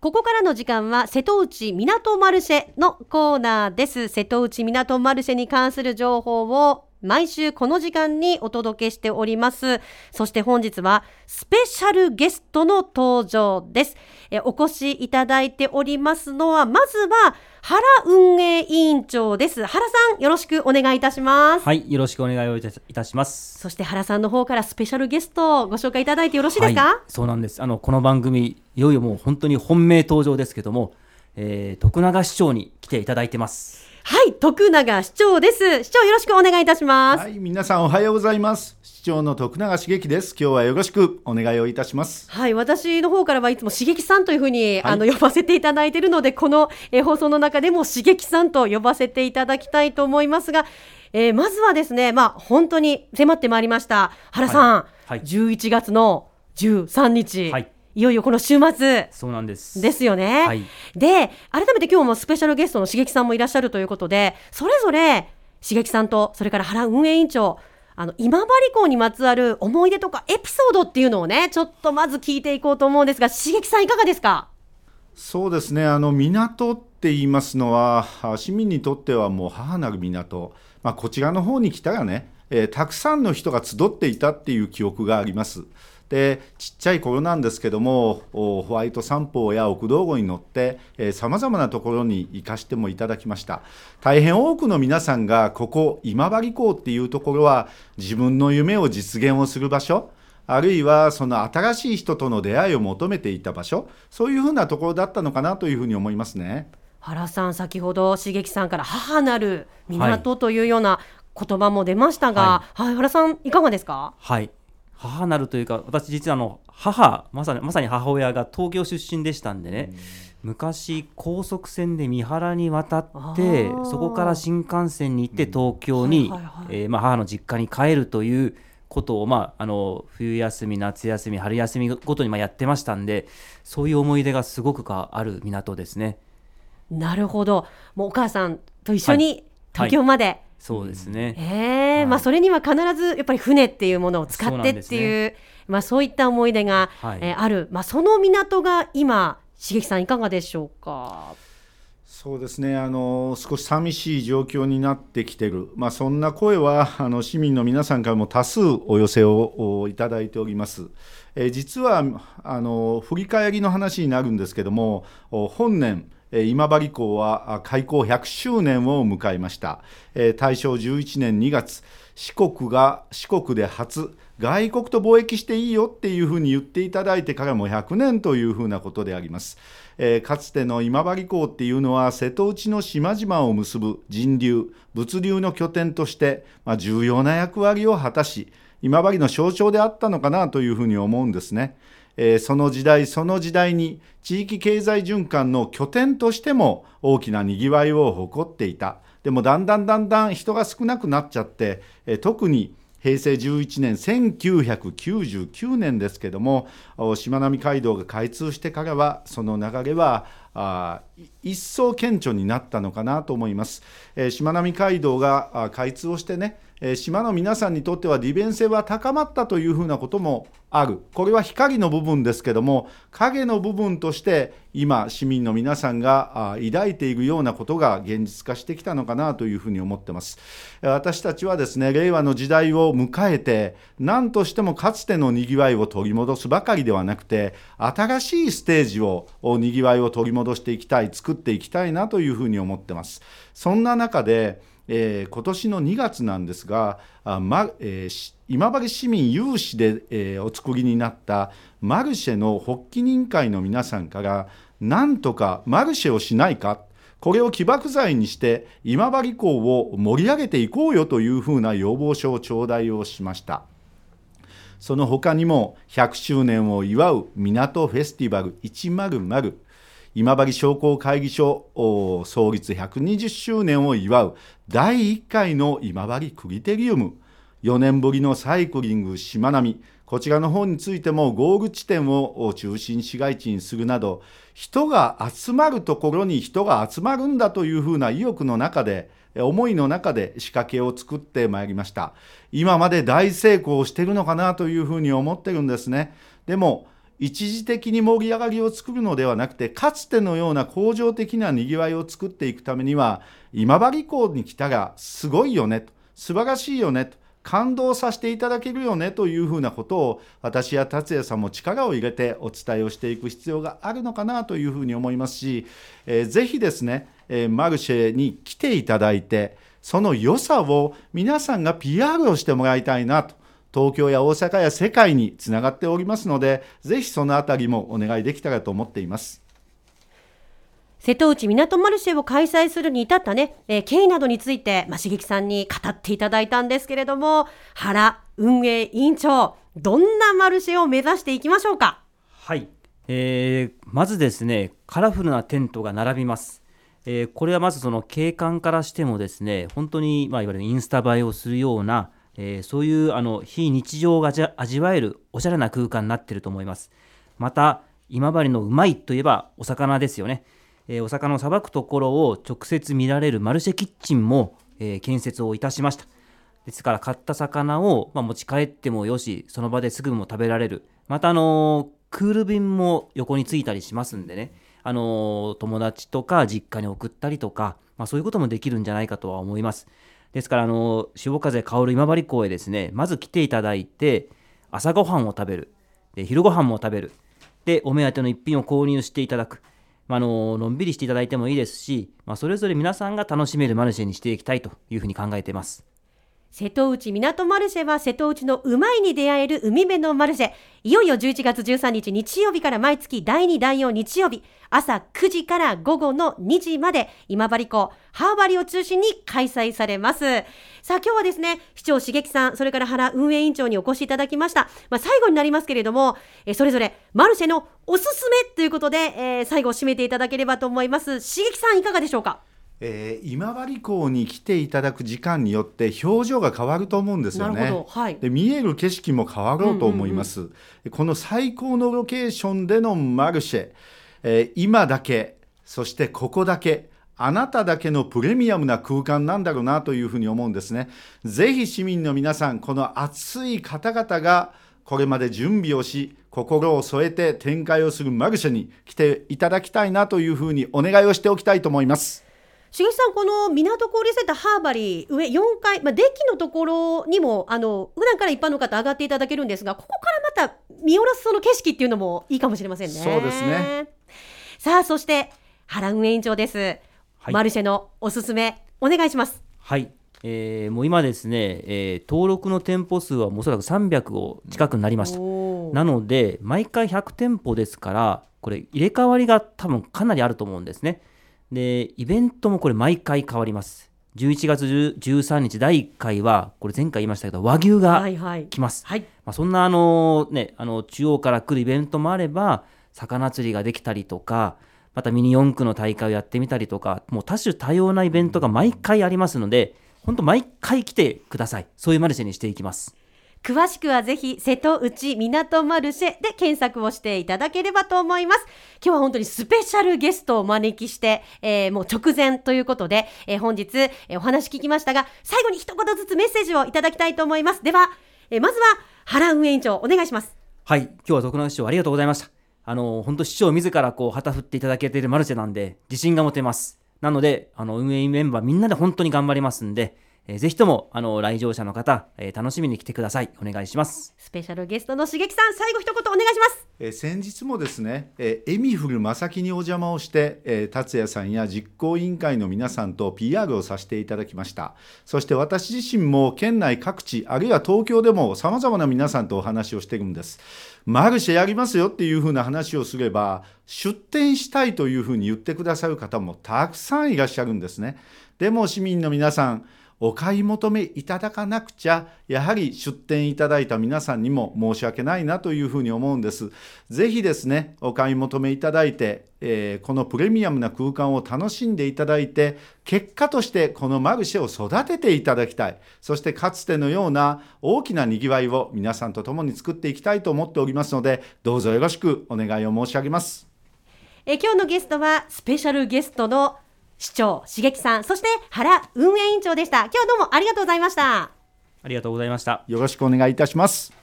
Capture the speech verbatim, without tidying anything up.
ここからの時間は瀬戸内港マルシェのコーナーです。瀬戸内港マルシェに関する情報を毎週この時間にお届けしております。そして本日はスペシャルゲストの登場です。えお越しいただいておりますのは、まずは原運営委員長です。原さん、よろしくお願いいたします。 はい、よろしくお願いをいたいたします。 そして原さんの方からスペシャルゲストをご紹介いただいてよろしいですか？ はい、そうなんです。あのこの番組いよいよもう本当に本命登場ですけども、えー、徳永市長に来ていただいてます。 はい、徳永市長です。市長、よろしくお願いいたします。 はい、皆さんおはようございます。市長の徳永茂樹です。今日はよろしくお願いをいたします。 はい、私の方からはいつも茂樹さんというふうに、はい、あの呼ばせていただいているので、この、えー、放送の中でも茂樹さんと呼ばせていただきたいと思いますが、えー、まずはですね、まあ、本当に迫ってまいりました原さん、はいはい、じゅういちがつのじゅうさんにち、はい、いよいよこの週末そうなんですですよね、はい、で改めて今日もスペシャルゲストの茂樹さんもいらっしゃるということで、それぞれ茂樹さんとそれから原運営委員長、あの今治港にまつわる思い出とかエピソードっていうのをね、ちょっとまず聞いていこうと思うんですが、茂樹さんいかがですか？ そうですね、あの港って言いますのは市民にとってはもう母なる港、まあ、こちらの方に来たらね、えー、たくさんの人が集っていたっていう記憶があります。でちっちゃい頃なんですけども、ホワイト三宝や奥道後に乗ってさまざまなところに行かしてもいただきました。大変多くの皆さんがここ今治港っていうところは自分の夢を実現をする場所、あるいはその新しい人との出会いを求めていた場所、そういうふうなところだったのかなというふうに思いますね。 原さん、先ほど茂樹さんから母なる港というような言葉も出ましたが、はいはい、原さんいかがですか？ はい、母なるというか、私実はあの母まさに、まさに母親が東京出身でしたんでね、うん、昔高速船で三原に渡ってそこから新幹線に行って東京に、うんはいはいはいえーまあ、母の実家に帰るということを、まあ、あの冬休み夏休み春休みごとにまあやってましたんで、そういう思い出がすごくかある港ですね。 なるほど、もうお母さんと一緒に東京まで、はいはい、 そうですね、 えーはいまあ、それには必ずやっぱり船っていうものを使ってっていう、そう、ねまあ、そういった思い出が、はいえー、ある、まあ、その港が今茂樹さんいかがでしょうか？ そうですね、あの少し寂しい状況になってきている、まあ、そんな声はあの市民の皆さんからも多数お寄せをいただいております。えー、実はあの振り返りの話になるんですけども、本年今治港は開港ひゃくしゅうねんを迎えました。大正じゅういちねんにがつ、四国が四国で初外国と貿易していいよっていうふうに言っていただいてからもひゃくねんというふうなことであります。えー、かつての今治港っていうのは瀬戸内の島々を結ぶ人流物流の拠点として、まあ、重要な役割を果たし、今治の象徴であったのかなというふうに思うんですね。えー、その時代その時代に地域経済循環の拠点としても大きなにぎわいを誇っていた。でもだんだんだんだん人が少なくなっちゃって、えー、特にへいせいじゅういちねんせんきゅうひゃくきゅうじゅうきゅうねんですけども、しまなみ海道が開通してからはその流れはあ一層顕著になったのかなと思います。えー、しまなみ海道が開通をしてね、えー、島の皆さんにとっては利便性は高まったというふうなこともある。これは光の部分ですけども、影の部分として今市民の皆さんが抱いているようなことが現実化してきたのかなというふうに思ってます。私たちはですね、令和の時代を迎えて何としてもかつてのにぎわいを取り戻すばかりではなくて、新しいステージをにぎわいを取り戻していきたい、作っていきたいなというふうに思ってます。そんな中でえー、今年のにがつなんですが、あ、まえー、今治市民有志で、えー、お作りになったマルシェの発起人会の皆さんから、なんとかマルシェをしないか、これを起爆剤にして今治港を盛り上げていこうよというふうな要望書を頂戴をしました。その他にもひゃくしゅうねんを祝う港フェスティバルひゃく、今治商工会議所創立ひゃくにじゅっしゅうねんを祝うだいいっかいの今治クリテリウム、よねんぶりのサイクリングしまなみ、こちらの方についてもゴール地点を中心市街地にするなど、人が集まるところに人が集まるんだというふうな意欲の中で、思いの中で仕掛けを作ってまいりました。今まで大成功しているのかなというふうに思ってるんですね。でも一時的に盛り上がりを作るのではなくて、かつてのような恒常的なにぎわいを作っていくためには、今治港に来たらすごいよねと、素晴らしいよねと、感動させていただけるよねというふうなことを、私や達也さんも力を入れてお伝えをしていく必要があるのかなというふうに思いますし、えー、ぜひですね、えー、マルシェに来ていただいて、その良さを皆さんが ピーアール をしてもらいたいなと、東京や大阪や世界につながっておりますので、ぜひそのあたりもお願いできたらと思っています。 瀬戸内港マルシェを開催するに至ったね、えー、経緯などについて、まあ、茂木さんに語っていただいたんですけれども、原運営委員長、どんなマルシェを目指していきましょうか。 はい、えー、まずですね、カラフルなテントが並びます。えー、これはまずその景観からしてもですね、本当に、まあ、いわゆるインスタ映えをするような、えー、そういうあの非日常が味わえるおしゃれな空間になっていると思います。また今治のうまいといえばお魚ですよね。えー、お魚をさばくところを直接見られるマルシェキッチンも、えー、建設をいたしました。ですから買った魚を、まあ、持ち帰ってもよし、その場ですぐも食べられる。またあのー、クール便も横についたりしますんでね、あのー、友達とか実家に送ったりとか、まあ、そういうこともできるんじゃないかとは思います。ですからあの潮風香る今治港へですね、まず来ていただいて、朝ごはんを食べる、で昼ごはんも食べる、でお目当ての一品を購入していただく、まあ、あののんびりしていただいてもいいですし、まあ、それぞれ皆さんが楽しめるマルシェにしていきたいというふうに考えています。 瀬戸内港マルシェは瀬戸内のうまいに出会える海辺のマルシェ。いよいよじゅういちがつじゅうさんにち日曜日から毎月だいにだいよん日曜日朝くじから午後のにじまで今治港ハーバリを中心に開催されます。さあ今日はですね、市長茂木さん、それから原運営委員長にお越しいただきました。まあ、最後になりますけれども、えそれぞれマルシェのおすすめということで、えー、最後締めていただければと思います。茂木さんいかがでしょうか。 えー、今治港に来ていただく時間によって表情が変わると思うんですよね。 なるほど、はい、 で見える景色も変わろうと思います、うんうんうん、この最高のロケーションでのマルシェ、えー、今だけ、そしてここだけ、あなただけのプレミアムな空間なんだろうなというふうに思うんですね。ぜひ市民の皆さん、この熱い方々がこれまで準備をし、心を添えて展開をするマルシェに来ていただきたいなというふうにお願いをしておきたいと思います。 茂木さん、この港交流センターハーバリー上よんかい、まあ、デッキのところにもあの普段から一般の方上がっていただけるんですが、ここからまた見下ろすその景色っていうのもいいかもしれませんね。 そうですね。 さあそして原運営委員長です、はい、マルシェのおすすめお願いします。 はい、えー、もう今ですね、えー、登録の店舗数はおそらくさんびゃくを近くになりました。なので毎回ひゃくてんぽですから、これ入れ替わりが多分かなりあると思うんですね。でイベントもこれ毎回変わります。じゅういちがつじゅうさんにちだいいっかいはこれ前回言いましたけど和牛が来ます、はいはいはい。まあ、そんなあの、ね、あの中央から来るイベントもあれば、魚釣りができたりとか、またミニ四駆の大会をやってみたりとか、もう多種多様なイベントが毎回ありますので、本当毎回来てください。そういうマルシェにしていきます。 詳しくはぜひ瀬戸内港マルシェで検索をしていただければと思います。今日は本当にスペシャルゲストをお招きして、えー、もう直前ということで、えー、本日、えー、お話聞きましたが、最後に一言ずつメッセージをいただきたいと思います。では、えー、まずは原運営委員長お願いします。 はい、今日は徳永市長ありがとうございました。あの本当市長自らこう旗振っていただけているマルシェなんで自信が持てます。なのであの運営メンバーみんなで本当に頑張りますんで、えー、ぜひともあの来場者の方、えー、楽しみに来てください。お願いします。 スペシャルゲストの茂木さん、最後一言お願いします。 えー、先日もですね、えー、エミフル正木にお邪魔をして、えー、達也さんや実行委員会の皆さんと ピーアール をさせていただきました。そして私自身も県内各地、あるいは東京でもさまざまな皆さんとお話をしているんです。マルシェやりますよっていうふうな話をすれば、出店したいというふうに言ってくださる方もたくさんいらっしゃるんですね。でも市民の皆さん、お買い求めいただかなくちゃ、やはり出店いただいた皆さんにも申し訳ないなというふうに思うんです。ぜひですね、お買い求めいただいて、えー、このプレミアムな空間を楽しんでいただいて、結果としてこのマルシェを育てていただきたい。そしてかつてのような大きなにぎわいを皆さんと共に作っていきたいと思っておりますので、どうぞよろしくお願いを申し上げます。 え今日のゲストはスペシャルゲストの市長茂木さん、そして原運営委員長でした。今日はどうもありがとうございました。 ありがとうございました。 よろしくお願いいたします。